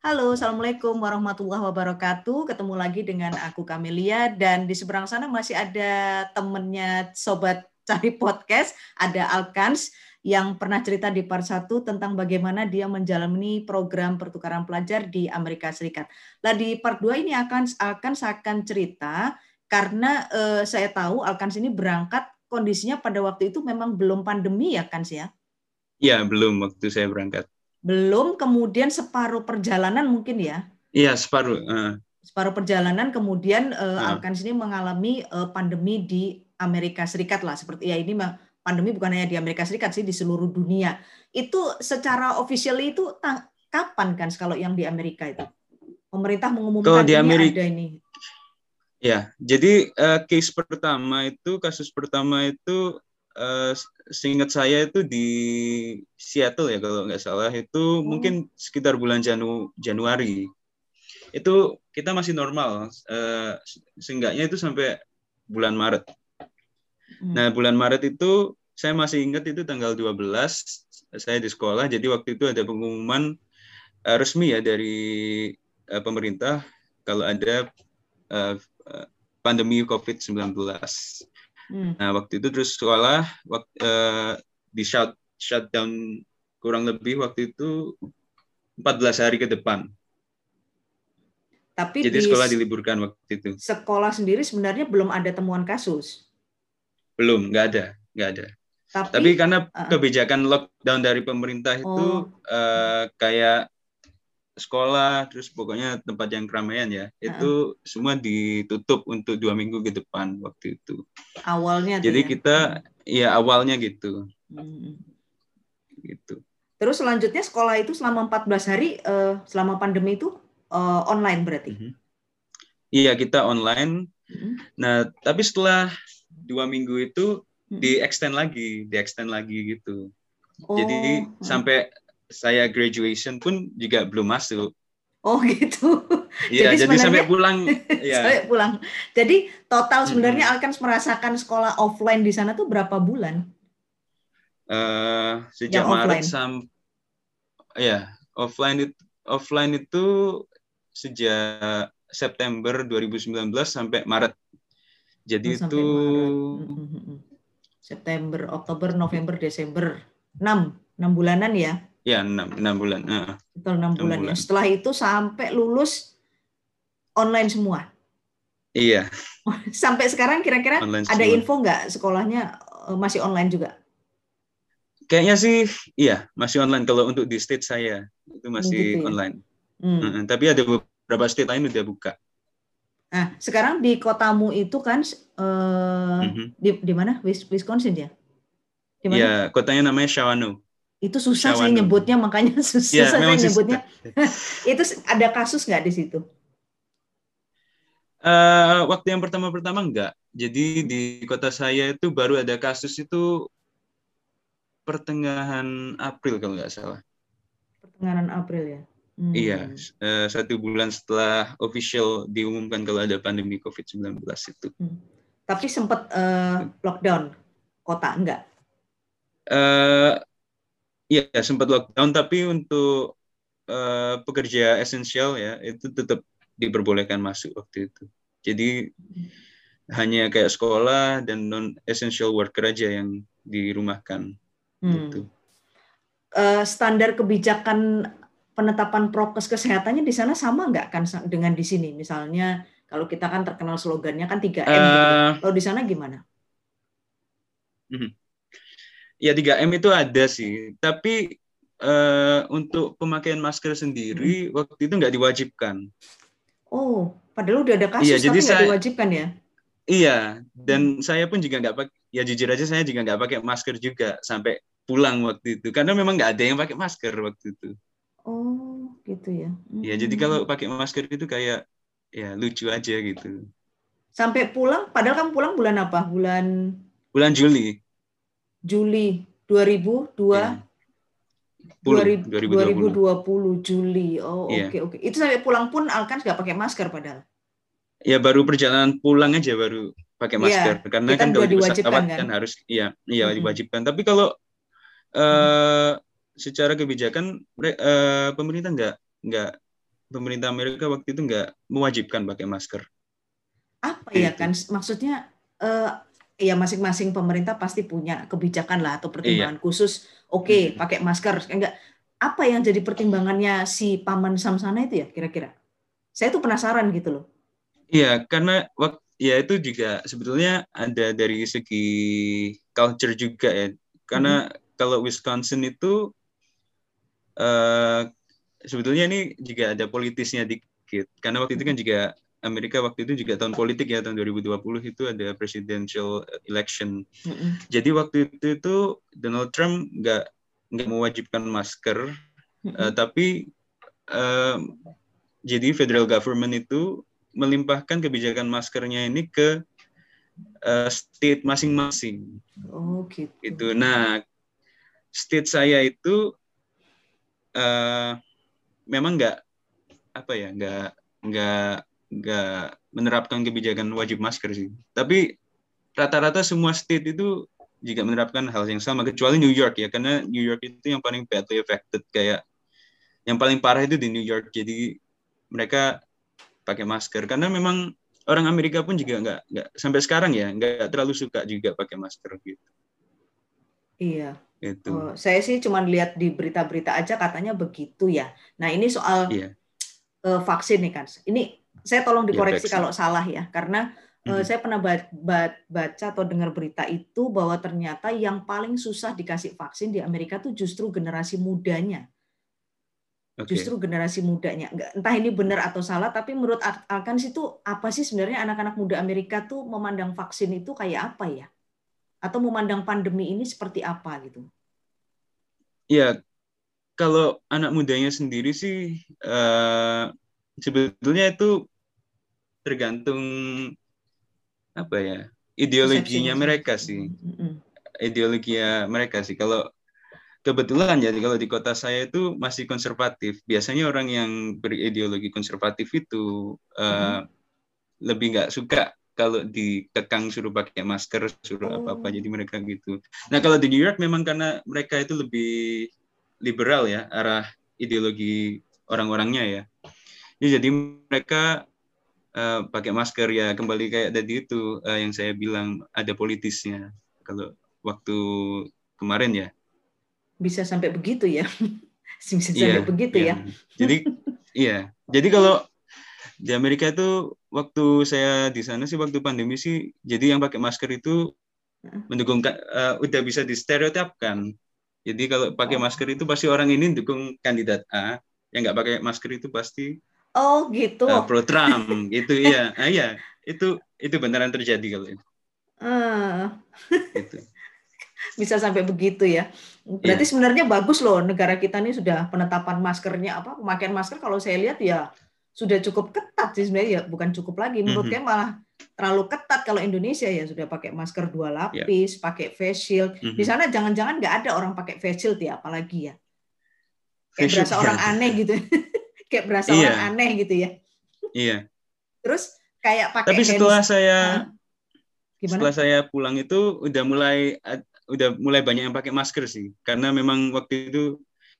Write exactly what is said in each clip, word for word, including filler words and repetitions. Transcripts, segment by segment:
Halo, Assalamualaikum warahmatullahi wabarakatuh. Ketemu lagi dengan aku Kamelia dan di seberang sana masih ada temennya Sobat Cari Podcast, ada Alkans yang pernah cerita di part satu tentang bagaimana dia menjalani program pertukaran pelajar di Amerika Serikat. Nah, di part dua ini akan Alkans akan cerita karena eh, saya tahu Alkans ini berangkat kondisinya pada waktu itu memang belum pandemi ya, Kans ya? Iya, belum waktu saya berangkat. Belum, kemudian separuh perjalanan mungkin ya? Iya, separuh. Uh, Separuh perjalanan kemudian uh, uh. Alkans ini mengalami uh, pandemi di Amerika Serikat lah. Seperti ya ini pandemi bukan hanya di Amerika Serikat sih, di seluruh dunia. Itu secara official itu kapan kan kalau yang di Amerika itu? Pemerintah mengumumkan ini Amerika, ada ini. Ya, jadi uh, case pertama itu, kasus pertama itu uh, seingat saya itu di Seattle ya kalau nggak salah, itu oh. mungkin sekitar bulan Janu, Januari. Itu kita masih normal, uh, seenggaknya itu sampai bulan Maret. Hmm. Nah, bulan Maret itu saya masih ingat itu tanggal dua belas, saya di sekolah, jadi waktu itu ada pengumuman uh, resmi ya dari uh, pemerintah kalau ada uh, pandemi covid sembilan belas. Hmm. Nah, waktu itu terus sekolah waktu, uh, di shut, shutdown kurang lebih waktu itu empat belas hari ke depan. Tapi jadi di sekolah diliburkan waktu itu. Sekolah sendiri sebenarnya belum ada temuan kasus? Belum, nggak ada, nggak ada. Tapi, Tapi karena uh, kebijakan lockdown dari pemerintah itu oh. uh, kayak sekolah, terus pokoknya tempat yang keramaian ya, uh-uh. itu semua ditutup untuk dua minggu ke depan waktu itu. Awalnya Jadi ya? kita, ya awalnya gitu. Hmm. Gitu. Terus selanjutnya sekolah itu selama empat belas hari, uh, selama pandemi itu uh, online berarti? Uh-huh. Iya, kita online. Uh-huh. Nah, tapi setelah dua minggu itu uh-huh. di-extend lagi, di-extend lagi gitu. Oh. Jadi uh-huh. sampai saya graduation pun juga belum masuk. Oh gitu. Iya, jadi, jadi sampai pulang. Ya. Sampai pulang. Jadi total sebenarnya mm-hmm. Alkans merasakan sekolah offline di sana tuh berapa bulan? Uh, sejak Yang Maret sampai, ya offline itu offline itu sejak September dua ribu sembilan belas sampai Maret. Jadi oh, sampai itu Maret. September, Oktober, November, Desember, enam enam bulanan ya? Ya, enam, enam bulan. Uh, Betul, enam bulan. bulan. Ya. Setelah itu sampai lulus online semua? Iya. Sampai sekarang kira-kira online ada semua. Info nggak sekolahnya masih online juga? Kayaknya sih, iya, masih online. Kalau untuk di state saya, itu masih gitu ya? Online. Hmm. Uh, tapi ada beberapa state lain udah buka. Nah, sekarang di kotamu itu kan, uh, mm-hmm. di, di mana? Wisconsin ya? Iya, kotanya namanya Shawano. Itu susah Shawano. Saya nyebutnya, makanya susah ya, saya nyebutnya. Itu ada kasus nggak di situ? Uh, waktu yang pertama-pertama enggak. Jadi di kota saya itu baru ada kasus itu pertengahan April kalau nggak salah. Pertengahan April ya? Hmm. Iya, uh, satu bulan setelah official diumumkan kalau ada pandemi covid sembilan belas itu. Hmm. Tapi sempat uh, lockdown kota, enggak? Uh, Iya, sempat lockdown, tapi untuk uh, pekerja esensial ya itu tetap diperbolehkan masuk waktu itu. Jadi hmm. hanya kayak sekolah dan non essential worker aja yang dirumahkan. Hmm. Gitu. Uh, standar kebijakan penetapan prokes kesehatannya di sana sama nggak kan dengan di sini? Misalnya kalau kita kan terkenal slogannya kan tiga M. Uh, gitu. Kalau di sana gimana? Uh, Ya tiga M itu ada sih, tapi uh, untuk pemakaian masker sendiri hmm. waktu itu nggak diwajibkan. Oh, padahal udah ada kasus iya, tapi nggak diwajibkan ya? Iya, dan hmm. saya pun juga nggak pakai, ya jujur aja saya juga nggak pakai masker juga sampai pulang waktu itu, karena memang nggak ada yang pakai masker waktu itu. Oh, gitu ya? Hmm. Ya jadi kalau pakai masker itu kayak ya lucu aja gitu. Sampai pulang, padahal kamu pulang bulan apa? Bulan? Bulan Juli. Juli dua ribu dua puluh, dua ribu dua puluh Juli. Oh, oke yeah. oke. Okay, okay. Itu sampai pulang pun Alkans nggak pakai masker padahal. Ya baru perjalanan pulang aja baru pakai masker yeah, karena kan kalau di pesawat kan? kan harus iya iya mm-hmm. diwajibkan. Tapi kalau uh, mm-hmm. secara kebijakan uh, pemerintah nggak nggak pemerintah Amerika waktu itu nggak mewajibkan pakai masker. Apa ya Gitu. kan? Maksudnya uh, ya masing-masing pemerintah pasti punya kebijakan lah atau pertimbangan Iya. khusus. Oke, okay, pakai masker. Enggak. Apa yang jadi pertimbangannya si Paman Sam sana itu ya kira-kira? Saya tuh penasaran gitu loh. Iya, karena waktu ya itu juga sebetulnya ada dari segi culture juga ya. Karena mm-hmm. kalau Wisconsin itu uh, sebetulnya ini juga ada politisnya dikit. Karena waktu itu kan juga Amerika waktu itu juga tahun politik ya, tahun dua ribu dua puluh itu ada presidential election. Mm-hmm. Jadi waktu itu itu Donald Trump nggak nggak mewajibkan masker, mm-hmm. uh, tapi uh, jadi federal government itu melimpahkan kebijakan maskernya ini ke uh, state masing-masing. Oh gitu. Itu. Nah, state saya itu uh, memang nggak apa ya, nggak nggak nggak menerapkan kebijakan wajib masker sih. Tapi rata-rata semua state itu juga menerapkan hal yang sama, kecuali New York ya, karena New York itu yang paling badly affected, kayak yang paling parah itu di New York. Jadi mereka pakai masker karena memang orang Amerika pun juga nggak nggak sampai sekarang ya nggak terlalu suka juga pakai masker gitu. Iya. Itu. Oh, saya sih cuma lihat di berita-berita aja katanya begitu ya. Nah ini soal iya. uh, vaksin nih kan. Ini saya tolong dikoreksi ya, kalau salah ya, karena uh, mm-hmm. saya pernah baca atau dengar berita itu bahwa ternyata yang paling susah dikasih vaksin di Amerika tuh justru generasi mudanya. Okay. Justru generasi mudanya. Entah ini benar atau salah, tapi menurut Alkans itu apa sih sebenarnya anak-anak muda Amerika tuh memandang vaksin itu kayak apa ya? Atau memandang pandemi ini seperti apa gitu? Ya, kalau anak mudanya sendiri sih uh, sebetulnya itu tergantung apa ya, ideologinya mereka sih. Mm-hmm. Ideologinya mereka sih. Kalau kebetulan ya kalau di kota saya itu masih konservatif. Biasanya orang yang berideologi konservatif itu uh, mm-hmm. lebih nggak suka kalau dikekang suruh pakai masker, suruh oh. apa-apa. Jadi mereka gitu. Nah kalau di New York memang karena mereka itu lebih liberal ya arah ideologi orang-orangnya ya. Jadi mereka uh, pakai masker ya, kembali kayak tadi itu uh, yang saya bilang ada politisnya. Kalau waktu kemarin ya. Bisa sampai begitu ya. Bisa sampai iya, begitu iya. ya. Jadi iya. Jadi kalau di Amerika itu waktu saya di sana sih waktu pandemi sih jadi yang pakai masker itu mendukung uh, udah bisa distereotipkan. Jadi kalau pakai oh. masker itu pasti orang ini dukung kandidat A, yang nggak pakai masker itu pasti oh gitu uh, pro Trump gitu ya. Ah iya, itu itu beneran terjadi kalau itu. Uh. Gitu. Bisa sampai begitu ya. Berarti yeah. sebenarnya bagus loh negara kita ini sudah penetapan maskernya apa pemakaian masker kalau saya lihat ya sudah cukup ketat sih sebenarnya ya, bukan cukup lagi menurut mm-hmm. saya malah terlalu ketat kalau Indonesia ya sudah pakai masker dua lapis, yeah. pakai face shield. Mm-hmm. Di sana jangan-jangan nggak ada orang pakai face shield ya apalagi ya. Kayak face berasa shield, orang ya. Aneh gitu. Kayak berasa yeah. orang aneh gitu ya. Iya. Yeah. Terus kayak pakai Tapi setelah hands, saya nah, setelah saya pulang itu udah mulai udah mulai banyak yang pakai masker sih, karena memang waktu itu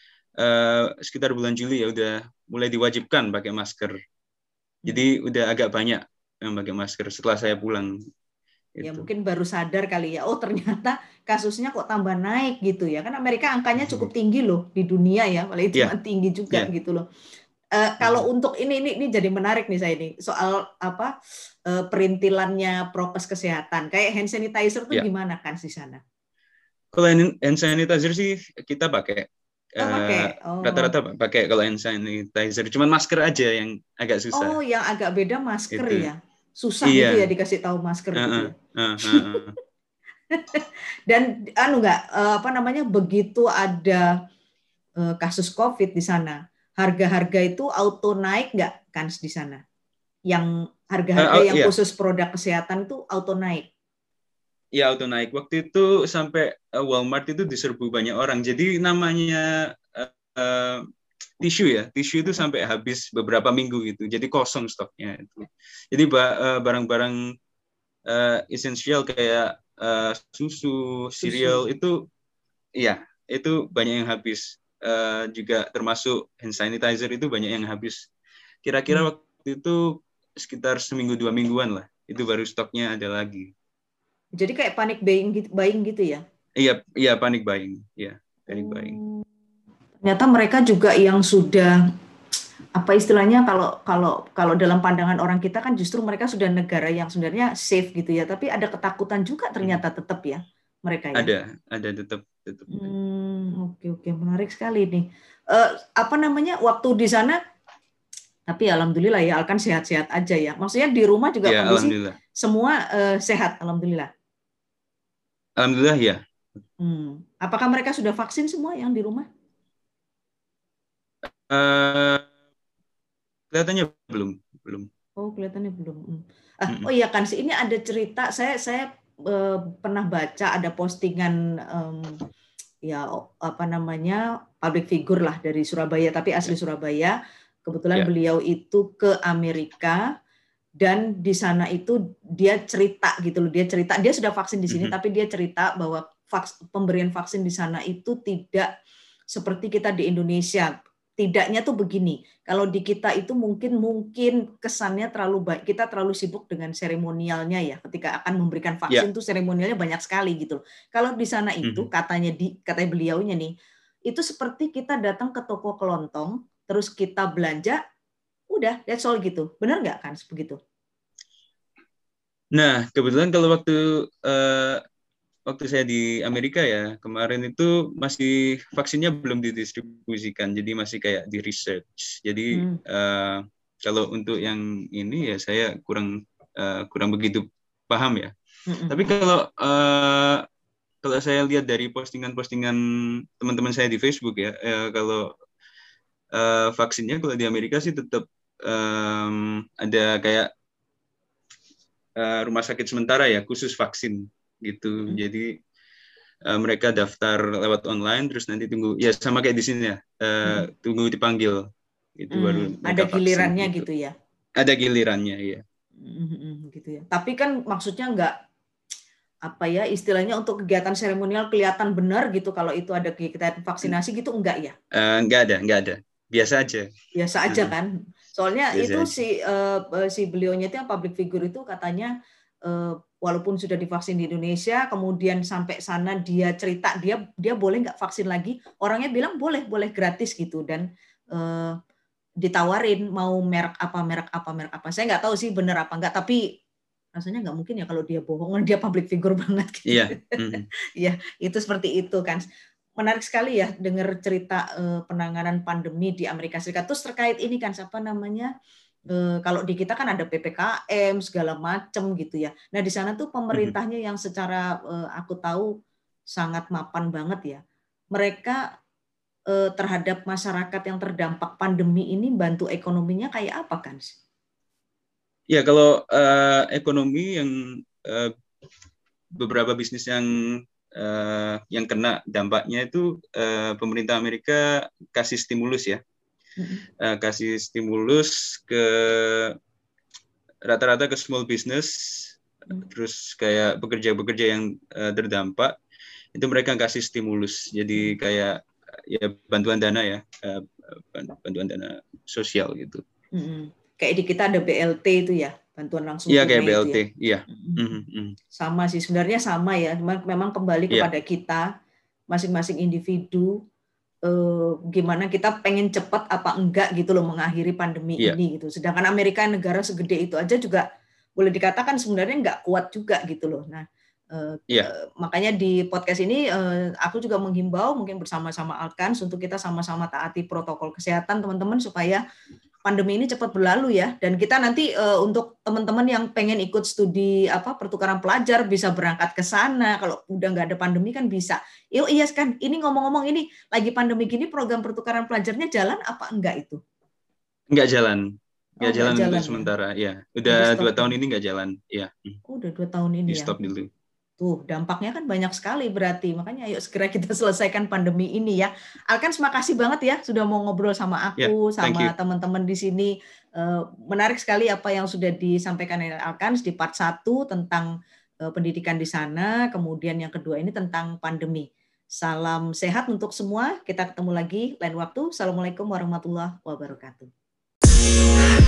uh, sekitar bulan Juli ya udah mulai diwajibkan pakai masker. Jadi hmm. udah agak banyak yang pakai masker setelah saya pulang. Ya gitu. Mungkin baru sadar kali ya, oh ternyata kasusnya kok tambah naik gitu ya. Kan Amerika angkanya cukup tinggi loh di dunia ya, malah itu yeah. tinggi juga yeah. gitu loh. Uh, kalau hmm. untuk ini, ini ini jadi menarik nih saya ini soal apa uh, perintilannya prokes kesehatan. Kayak hand sanitizer tuh yeah. gimana kan di sana? Kalau hand sanitizer sih kita pakai. Oh, pakai. Oh. Rata-rata pakai kalau hand sanitizer. Cuman masker aja yang agak susah. Oh, yang agak beda masker itu. ya. Susah iya. gitu ya dikasih tahu masker uh-uh. gitu ya. Uh-uh. Uh-uh. Dan anu enggak apa namanya begitu ada uh, kasus Covid di sana, harga-harga itu auto naik enggak kan di sana? Yang harga-harga uh, yang iya. khusus produk kesehatan itu auto naik. Ya auto naik. Waktu itu sampai uh, Walmart itu diserbu banyak orang. Jadi namanya uh, uh, tisu ya, tisu itu sampai habis beberapa minggu gitu. Jadi kosong stoknya itu. Jadi uh, barang-barang uh, esensial kayak uh, susu, cereal itu, iya itu banyak yang habis. Uh, juga termasuk hand sanitizer itu banyak yang habis. kira-kira Hmm. waktu itu sekitar seminggu dua mingguan lah, itu baru stoknya ada lagi. Jadi kayak panic buying gitu, buying gitu ya? Iya, iya panic buying, iya panic buying. Oh. Ternyata mereka juga yang sudah apa istilahnya kalau kalau kalau dalam pandangan orang kita kan justru mereka sudah negara yang sebenarnya safe gitu ya, tapi ada ketakutan juga Hmm. ternyata tetap ya mereka ya. Ada, ada tetap tetap. Hmm, oke oke menarik sekali nih. Eh, apa namanya waktu di sana? Tapi alhamdulillah ya Alkan sehat-sehat aja ya. Maksudnya di rumah juga Ya, kondisi alhamdulillah. semua eh, sehat alhamdulillah. Alhamdulillah ya. Hmm. Apakah mereka sudah vaksin semua yang di rumah? Uh, kelihatannya belum, belum. Oh, kelihatannya belum. Hmm. Ah, oh Mm-mm. iya kan, ini ada cerita. Saya saya eh, pernah baca ada postingan em, ya apa namanya public figure lah dari Surabaya, tapi asli Ya, Surabaya. Kebetulan ya. beliau itu ke Amerika dan di sana itu dia cerita gitu loh. Dia cerita dia sudah vaksin di sini, Mhm. tapi dia cerita bahwa vaks, pemberian vaksin di sana itu tidak seperti kita di Indonesia. Tidaknya tuh begini, kalau di kita itu mungkin mungkin kesannya terlalu baik, kita terlalu sibuk dengan seremonialnya ya, ketika akan memberikan Ya. vaksin tuh seremonialnya banyak sekali gitu. Kalau di sana itu Mhm. katanya di katanya beliaunya nih, itu seperti kita datang ke toko kelontong, terus kita belanja, udah that's all gitu. Benar nggak kan begitu? Nah, kebetulan kalau waktu uh, waktu saya di Amerika ya, kemarin itu masih vaksinnya belum didistribusikan, jadi masih kayak di research. Jadi Hmm. uh, kalau untuk yang ini ya saya kurang uh, kurang begitu paham ya. Tapi Mm-mm. kalau uh, kalau saya lihat dari postingan-postingan teman-teman saya di Facebook ya, uh, kalau uh, vaksinnya kalau di Amerika sih tetap um, ada kayak uh, rumah sakit sementara ya khusus vaksin gitu. Mm-mm. Jadi uh, mereka daftar lewat online terus nanti tunggu ya sama kayak di sini ya uh, Mm-mm. tunggu dipanggil itu baru Hmm, ada mereka vaksin gilirannya gitu. gitu ya. Ada gilirannya ya. Mm-mm, gitu ya. Tapi kan maksudnya nggak apa ya istilahnya untuk kegiatan seremonial kelihatan benar gitu kalau itu ada kegiatan vaksinasi gitu enggak ya? Uh, nggak ada, nggak ada. Biasa aja. Biasa aja Uh, kan. Soalnya biasa itu aja. si uh, si beliaunya itu yang public figure itu katanya uh, walaupun sudah divaksin di Indonesia, kemudian sampai sana dia cerita dia dia boleh nggak vaksin lagi, orangnya bilang boleh boleh gratis gitu dan uh, ditawarin mau merek apa merek apa merek apa. Saya nggak tahu sih benar apa enggak, tapi rasanya nggak mungkin ya kalau dia bohong, dia public figure banget gitu. Iya. Uh, Ya, itu seperti itu kan. Menarik sekali ya dengar cerita eh, penanganan pandemi di Amerika Serikat. Terus terkait ini kan siapa namanya? Eh, kalau di kita kan ada P P K M segala macam gitu ya. Nah, di sana tuh uh, pemerintahnya yang secara eh, aku tahu sangat mapan banget ya. Mereka eh, terhadap masyarakat yang terdampak pandemi ini bantu ekonominya kayak apa kan? ya kalau uh, ekonomi yang uh, beberapa bisnis yang uh, yang kena dampaknya itu uh, pemerintah Amerika kasih stimulus ya, uh, kasih stimulus ke rata-rata ke small business, terus kayak pekerja-pekerja yang uh, terdampak itu mereka kasih stimulus, jadi kayak ya bantuan dana ya, uh, bantuan dana sosial gitu. Mm-mm. Kayak di kita ada B L T itu ya, bantuan langsung Iya kayak tunai itu B L T, ya. iya. Mm-mm. Mm-hmm. Sama sih, sebenarnya sama ya. Memang kembali Iya. kepada kita, masing-masing individu, eh, gimana kita pengen cepat apa enggak gitu loh mengakhiri pandemi Iya. ini gitu. Sedangkan Amerika negara segede itu aja juga boleh dikatakan sebenarnya nggak kuat juga gitu loh. Nah, eh, Iya. eh, makanya di podcast ini eh, aku juga menghimbau mungkin bersama-sama Alkans untuk kita sama-sama taati protokol kesehatan teman-teman supaya pandemi ini cepat berlalu ya, dan kita nanti uh, untuk teman-teman yang pengen ikut studi apa pertukaran pelajar bisa berangkat ke sana. Kalau udah nggak ada pandemi kan bisa. Yuk iya kan, ini ngomong-ngomong ini lagi pandemi gini program pertukaran pelajarnya jalan apa enggak itu? Nggak jalan, Oh nggak nggak jalan untuk jalan ya, sementara. Ya, jadi udah stop dua tahun dulu. ini nggak jalan. Ya, Oh udah dua tahun ini di ya. stop dulu. Tuh, dampaknya kan banyak sekali berarti. Makanya ayo segera kita selesaikan pandemi ini ya. Alkan, terima kasih banget ya sudah mau ngobrol sama Ya, aku, thank sama you. teman-teman di sini. Menarik sekali apa yang sudah disampaikan oleh Alkan di part satu tentang pendidikan di sana, kemudian yang kedua ini tentang pandemi. Salam sehat untuk semua. Kita ketemu lagi lain waktu. Assalamualaikum warahmatullahi wabarakatuh. Bye.